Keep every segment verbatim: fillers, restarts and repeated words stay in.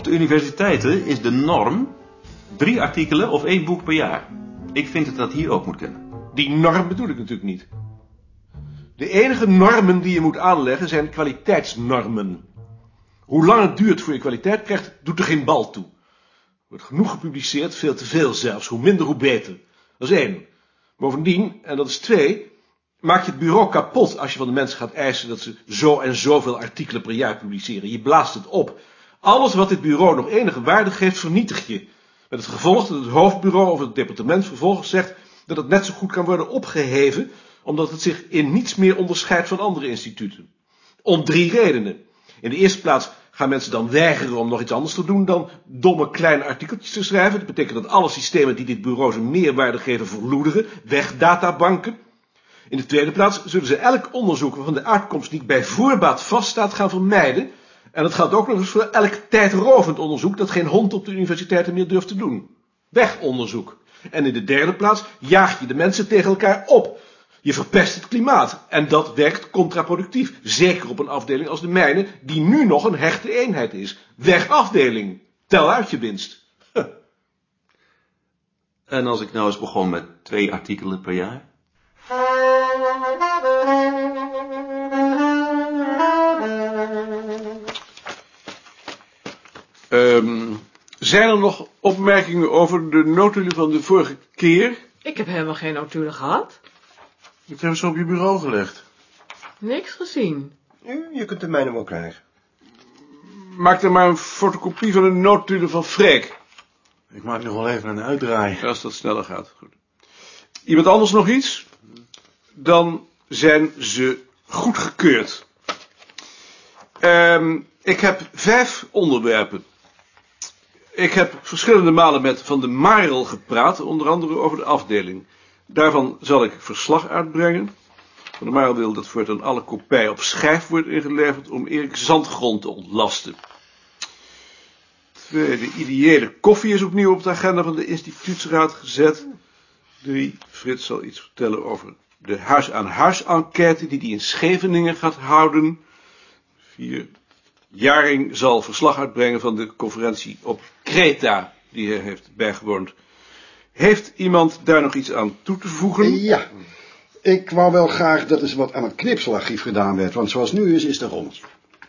de universiteiten is de norm drie artikelen of één boek per jaar. Ik vind dat dat hier ook moet kunnen. Die norm bedoel ik natuurlijk niet. De enige normen die je moet aanleggen zijn kwaliteitsnormen. Hoe lang het duurt voor je kwaliteit krijgt, doet er geen bal toe. Er wordt genoeg gepubliceerd, veel te veel zelfs. Hoe minder, hoe beter. Dat is één. Bovendien, en dat is twee, maak je het bureau kapot als je van de mensen gaat eisen dat ze zo en zoveel artikelen per jaar publiceren. Je blaast het op. Alles wat dit bureau nog enige waarde geeft, vernietig je. Met het gevolg dat het hoofdbureau of het departement vervolgens zegt dat het net zo goed kan worden opgeheven, omdat het zich in niets meer onderscheidt van andere instituten. Om drie redenen. In de eerste plaats gaan mensen dan weigeren om nog iets anders te doen dan domme kleine artikeltjes te schrijven. Dat betekent dat alle systemen die dit bureau zijn meerwaarde geven verloederen, weg databanken. In de tweede plaats zullen ze elk onderzoek waarvan de uitkomst niet bij voorbaat vaststaat gaan vermijden. En dat geldt ook nog eens voor elk tijdrovend onderzoek dat geen hond op de universiteiten meer durft te doen. Wegonderzoek. En in de derde plaats jaag je de mensen tegen elkaar op. Je verpest het klimaat. En dat werkt contraproductief. Zeker op een afdeling als de mijne, die nu nog een hechte eenheid is. Weg afdeling. Tel uit je winst. Huh. En als ik nou eens begon met twee artikelen per jaar? Um, zijn er nog opmerkingen over de notulen van de vorige keer? Ik heb helemaal geen notulen gehad. Ik heb ze op je bureau gelegd. Niks gezien. Je kunt de mijne wel krijgen. Maak er maar een fotocopie van de notulen van Freek. Ik maak nog wel even een uitdraai. Als dat sneller gaat. Goed. Iemand anders nog iets? Dan zijn ze goedgekeurd. Um, ik heb vijf onderwerpen. Ik heb verschillende malen met Van de Marel gepraat, onder andere over de afdeling. Daarvan zal ik verslag uitbrengen. Van de Marel wil dat voortaan alle kopij op schijf wordt ingeleverd om Erik Zandgrond te ontlasten. Twee, de ideële koffie is opnieuw op de agenda van de instituutsraad gezet. Drie, Frits zal iets vertellen over de huis-aan-huis enquête die hij in Scheveningen gaat houden. Vier, Jaring zal verslag uitbrengen van de conferentie op Kreta die hij heeft bijgewoond. Heeft iemand daar nog iets aan toe te voegen? Ja, ik wou wel graag dat er wat aan het knipselarchief gedaan werd, want zoals het nu is, is het rond.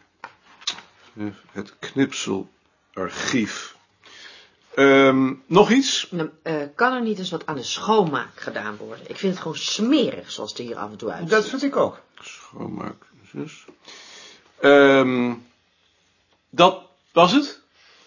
Het knipselarchief. Um, nog iets? Nou, uh, kan er niet eens wat aan de schoonmaak gedaan worden? Ik vind het gewoon smerig, zoals het er hier af en toe uitziet. Dat vind ik ook. Schoonmaak, zus. Um, dat was het.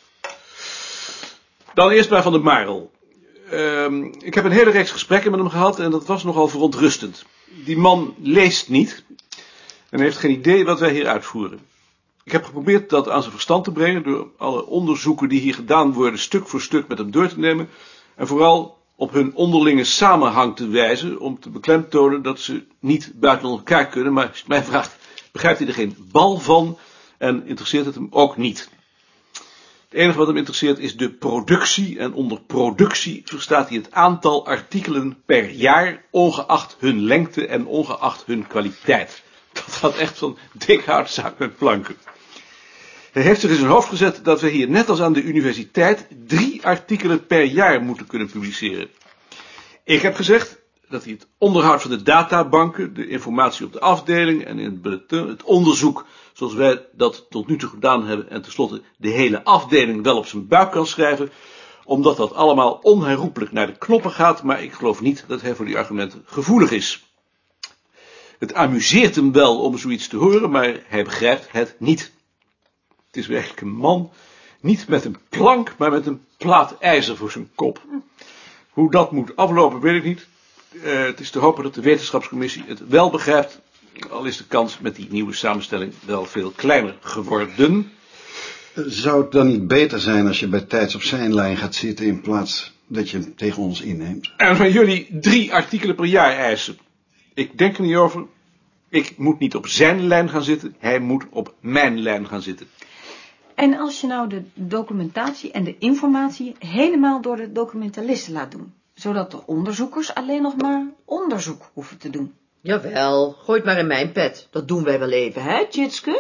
Dan eerst bij Van de Marel. Um, ik heb een hele reeks gesprekken met hem gehad en dat was nogal verontrustend. Die man leest niet en heeft geen idee wat wij hier uitvoeren. Ik heb geprobeerd dat aan zijn verstand te brengen door alle onderzoeken die hier gedaan worden stuk voor stuk met hem door te nemen en vooral op hun onderlinge samenhang te wijzen om te beklemtonen dat ze niet buiten elkaar kunnen, maar als je mij vraagt, begrijpt hij er geen bal van en interesseert het hem ook niet. Het enige wat hem interesseert is de productie en onder productie verstaat hij het aantal artikelen per jaar, ongeacht hun lengte en ongeacht hun kwaliteit. Dat gaat echt van dik houtzaak met planken. Hij heeft zich in zijn hoofd gezet dat we hier net als aan de universiteit drie artikelen per jaar moeten kunnen publiceren. Ik heb gezegd dat hij het onderhoud van de databanken, de informatie op de afdeling en in het bulletin, het onderzoek zoals wij dat tot nu toe gedaan hebben en tenslotte de hele afdeling wel op zijn buik kan schrijven, omdat dat allemaal onherroepelijk naar de knoppen gaat, maar ik geloof niet dat hij voor die argumenten gevoelig is. Het amuseert hem wel om zoiets te horen, maar hij begrijpt het niet. Het is werkelijk een man, niet met een plank, maar met een plaat ijzer voor zijn kop. Hoe dat moet aflopen, weet ik niet. Uh, het is te hopen dat de wetenschapscommissie het wel begrijpt, al is de kans met die nieuwe samenstelling wel veel kleiner geworden. Zou het dan niet beter zijn als je bij tijds op zijn lijn gaat zitten in plaats dat je hem tegen ons inneemt? En van jullie drie artikelen per jaar eisen. Ik denk er niet over. Ik moet niet op zijn lijn gaan zitten, hij moet op mijn lijn gaan zitten. En als je nou de documentatie en de informatie helemaal door de documentalisten laat doen, zodat de onderzoekers alleen nog maar onderzoek hoeven te doen. Jawel, gooi het maar in mijn pet. Dat doen wij wel even, hè, Tjitske?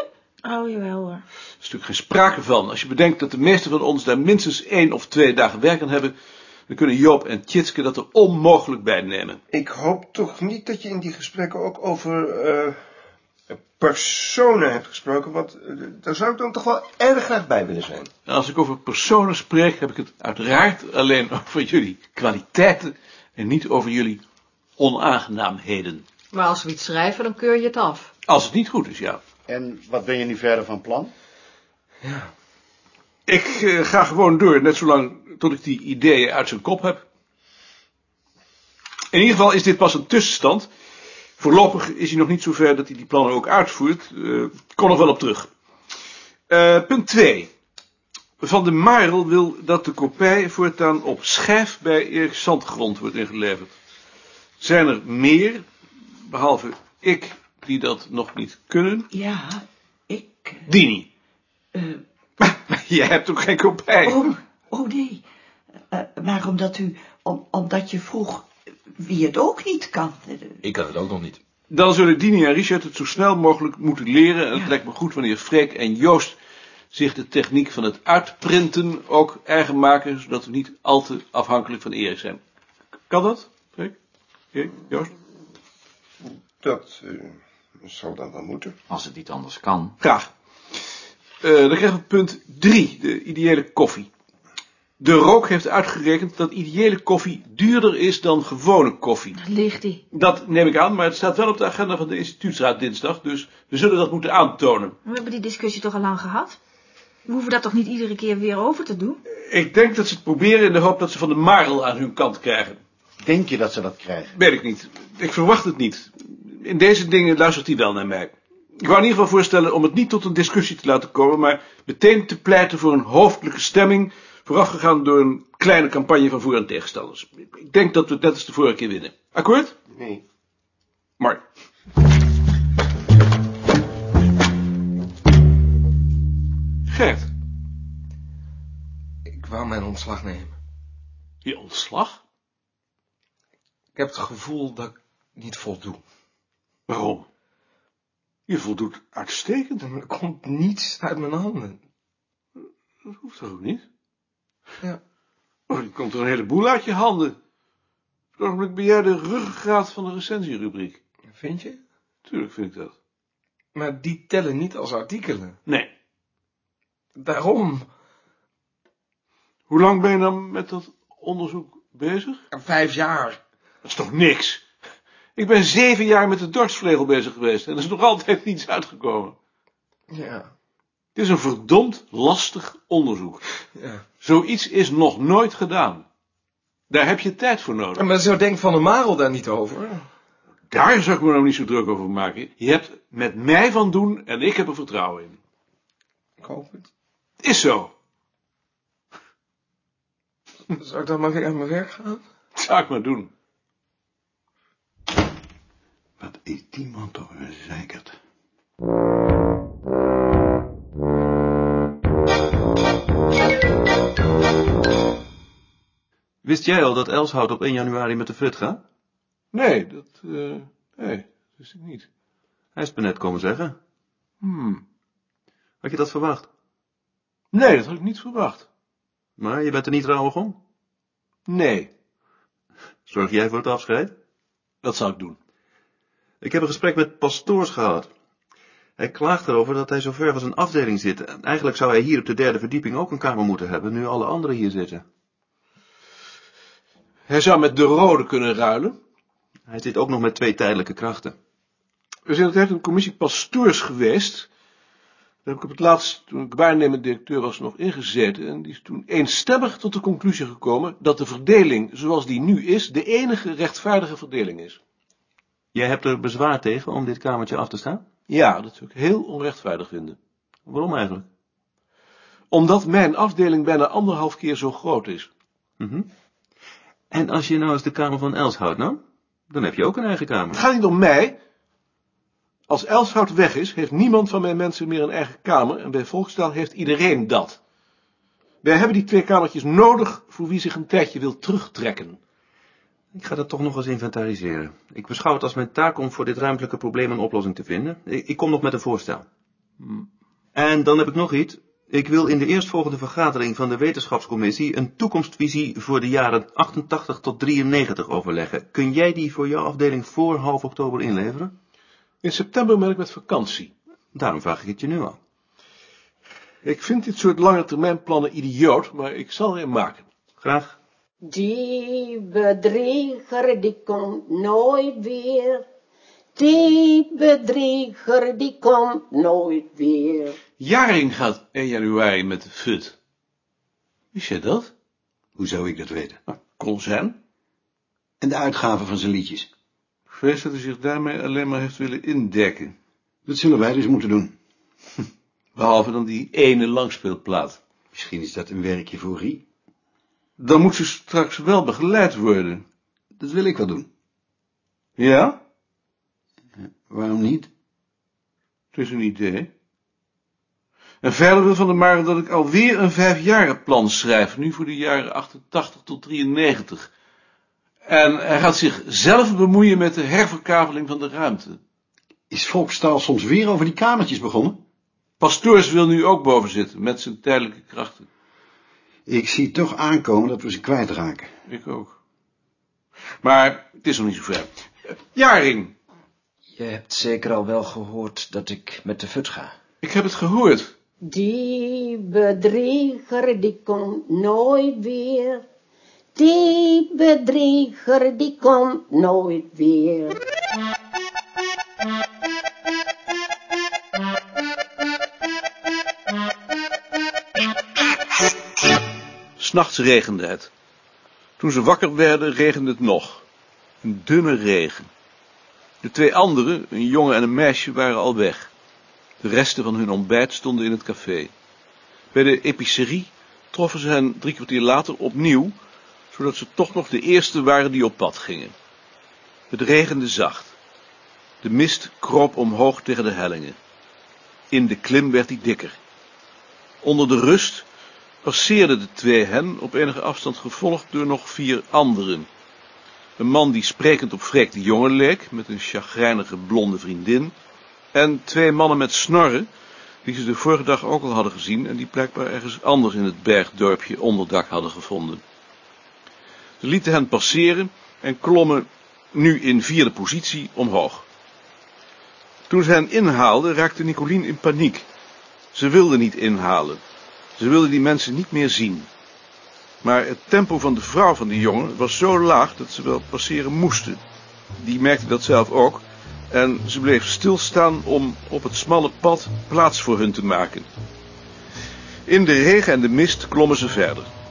Oh, jawel hoor. Er is natuurlijk geen sprake van. Als je bedenkt dat de meesten van ons daar minstens één of twee dagen werk aan hebben, dan kunnen Joop en Tjitske dat er onmogelijk bij nemen. Ik hoop toch niet dat je in die gesprekken ook over uh, personen hebt gesproken, want uh, daar zou ik dan toch wel erg graag bij willen zijn. En als ik over personen spreek, heb ik het uiteraard alleen over jullie kwaliteiten en niet over jullie onaangenaamheden. Maar als we iets schrijven, dan keur je het af. Als het niet goed is, ja. En wat ben je nu verder van plan? Ja. Ik uh, ga gewoon door, net zolang tot ik die ideeën uit zijn kop heb. In ieder geval is dit pas een tussenstand. Voorlopig is hij nog niet zo ver dat hij die plannen ook uitvoert. Uh, ik kom nog wel op terug. Uh, punt twee. Van der Marel wil dat de kopij voortaan op schijf bij Erik Zandgrond wordt ingeleverd. Zijn er meer, behalve ik, die dat nog niet kunnen? Ja, ik... Uh, Dini. Uh, Jij hebt ook geen kopij. Oh, oh nee. Uh, maar omdat u, om, omdat je vroeg wie het ook niet kan. Ik kan het ook nog niet. Dan zullen Dini en Richard het zo snel mogelijk moeten leren. En het ja. lijkt me goed wanneer Freek en Joost zich de techniek van het uitprinten ook eigen maken, zodat we niet al te afhankelijk van Erik zijn. Kan dat, Freek? Erik, Joost? Dat uh, zal dan wel moeten. Als het niet anders kan. Graag. Uh, dan krijgen we punt drie, de ideële koffie. De Rook heeft uitgerekend dat ideële koffie duurder is dan gewone koffie. Ligt die? Dat neem ik aan, maar het staat wel op de agenda van de instituutsraad dinsdag, dus we zullen dat moeten aantonen. We hebben die discussie toch al lang gehad? We hoeven dat toch niet iedere keer weer over te doen? Ik denk dat ze het proberen in de hoop dat ze Van der Marel aan hun kant krijgen. Denk je dat ze dat krijgen? Weet ik niet. Ik verwacht het niet. In deze dingen luistert hij wel naar mij. Ik wou in ieder geval voorstellen om het niet tot een discussie te laten komen, maar meteen te pleiten voor een hoofdelijke stemming, voorafgegaan door een kleine campagne van voor- en tegenstanders. Ik denk dat we het net als de vorige keer winnen. Akkoord? Nee. Maar. Gert. Ik wou mijn ontslag nemen. Je ontslag? Ik heb het gevoel dat ik niet voldoe. Waarom? Je voldoet uitstekend. Er komt niets uit mijn handen. Dat hoeft toch ook niet? Ja. Oh, er komt er een heleboel uit je handen. Op het ogenblik ben jij de ruggengraat van de recensierubriek. Vind je? Tuurlijk vind ik dat. Maar die tellen niet als artikelen. Nee. Daarom. Hoe lang ben je dan met dat onderzoek bezig? Vijf jaar. Dat is toch niks? Ik ben zeven jaar met de dorstvlegel bezig geweest en er is nog altijd niets uitgekomen. Ja. Het is een verdomd lastig onderzoek. Ja. Zoiets is nog nooit gedaan. Daar heb je tijd voor nodig. Maar zo denkt Van der Marel daar niet over. Daar zou ik me nou niet zo druk over maken. Je hebt met mij van doen en ik heb er vertrouwen in. Ik hoop het. Het is zo. Zou ik dan maar weer aan mijn werk gaan? Dat zou ik maar doen. Wat is die man toch een zeikert. Wist jij al dat Elshout op één januari met de fut gaat? Nee, dat, uh, nee, dat wist ik niet. Hij is het me net komen zeggen. Hmm. Had je dat verwacht? Nee, dat had ik niet verwacht. Maar je bent er niet rouwig om? Nee. Zorg jij voor het afscheid? Dat zou ik doen. Ik heb een gesprek met Pastoors gehad. Hij klaagt erover dat hij zo ver van zijn afdeling zit. Eigenlijk zou hij hier op de derde verdieping ook een kamer moeten hebben, nu alle anderen hier zitten. Hij zou met de Rode kunnen ruilen. Hij zit ook nog met twee tijdelijke krachten. Er is in de tijd een commissie Pastoors geweest. Daar heb ik op het laatst, toen ik waarnemend directeur was, nog ingezeten. En die is toen eenstemmig tot de conclusie gekomen dat de verdeling zoals die nu is, de enige rechtvaardige verdeling is. Jij hebt er bezwaar tegen om dit kamertje af te staan? Ja, dat zou ik heel onrechtvaardig vinden. Waarom eigenlijk? Omdat mijn afdeling bijna anderhalf keer zo groot is. Mm-hmm. En als je nou eens de kamer van Elshout nam, dan heb je ook een eigen kamer. Het gaat niet om mij. Als Elshout weg is, heeft niemand van mijn mensen meer een eigen kamer en bij Volkstaal heeft iedereen dat. Wij hebben die twee kamertjes nodig voor wie zich een tijdje wil terugtrekken. Ik ga dat toch nog eens inventariseren. Ik beschouw het als mijn taak om voor dit ruimtelijke probleem een oplossing te vinden. Ik, ik kom nog met een voorstel. Hmm. En dan heb ik nog iets. Ik wil in de eerstvolgende vergadering van de wetenschapscommissie een toekomstvisie voor de jaren achtentachtig tot drieënnegentig overleggen. Kun jij die voor jouw afdeling voor half oktober inleveren? In september ben ik met vakantie. Daarom vraag ik het je nu al. Ik vind dit soort langetermijnplannen idioot, maar ik zal er een maken. Graag. Die bedrieger die komt nooit weer. Die bedrieger die komt nooit weer. Jaring gaat één januari met de F U T. Wist jij dat? Hoe zou ik dat weten? Nou, kon zijn. En de uitgaven van zijn liedjes? Ik vrees dat hij zich daarmee alleen maar heeft willen indekken. Dat zullen wij dus moeten doen. Behalve dan die ene langspeelplaat. Misschien is dat een werkje voor Rie. Dan moet ze straks wel begeleid worden. Dat wil ik wel doen. Ja? Waarom niet? Het is een idee. En verder wil Van der Marel dat ik alweer een vijfjarenplan schrijf, nu voor de jaren achtentachtig tot drieënnegentig. En hij gaat zich zelf bemoeien met de herverkaveling van de ruimte. Is Volkstaal soms weer over die kamertjes begonnen? Pastoors wil nu ook boven zitten, met zijn tijdelijke krachten. Ik zie toch aankomen dat we ze kwijtraken. Ik ook. Maar het is nog niet zo ver. Jaring. Je hebt zeker al wel gehoord dat ik met de F U T ga. Ik heb het gehoord. Die bedrieger die komt nooit weer. Die bedrieger die komt nooit weer. 'S Nachts regende het. Toen ze wakker werden, regende het nog. Een dunne regen. De twee anderen, een jongen en een meisje, waren al weg. De resten van hun ontbijt stonden in het café. Bij de épicerie troffen ze hen drie kwartier later opnieuw, zodat ze toch nog de eerste waren die op pad gingen. Het regende zacht. De mist kroop omhoog tegen de hellingen. In de klim werd die dikker. Onder de rust passeerden de twee hen, op enige afstand gevolgd door nog vier anderen. Een man die sprekend op Freek de Jonge leek, met een chagrijnige blonde vriendin, en twee mannen met snorren, die ze de vorige dag ook al hadden gezien en die blijkbaar ergens anders in het bergdorpje onderdak hadden gevonden. Ze lieten hen passeren en klommen, nu in vierde positie, omhoog. Toen ze hen inhaalden, raakte Nicolien in paniek. Ze wilde niet inhalen. Ze wilde die mensen niet meer zien. Maar het tempo van de vrouw van die jongen was zo laag dat ze wel passeren moesten. Die merkte dat zelf ook en ze bleef stilstaan om op het smalle pad plaats voor hun te maken. In de regen en de mist klommen ze verder.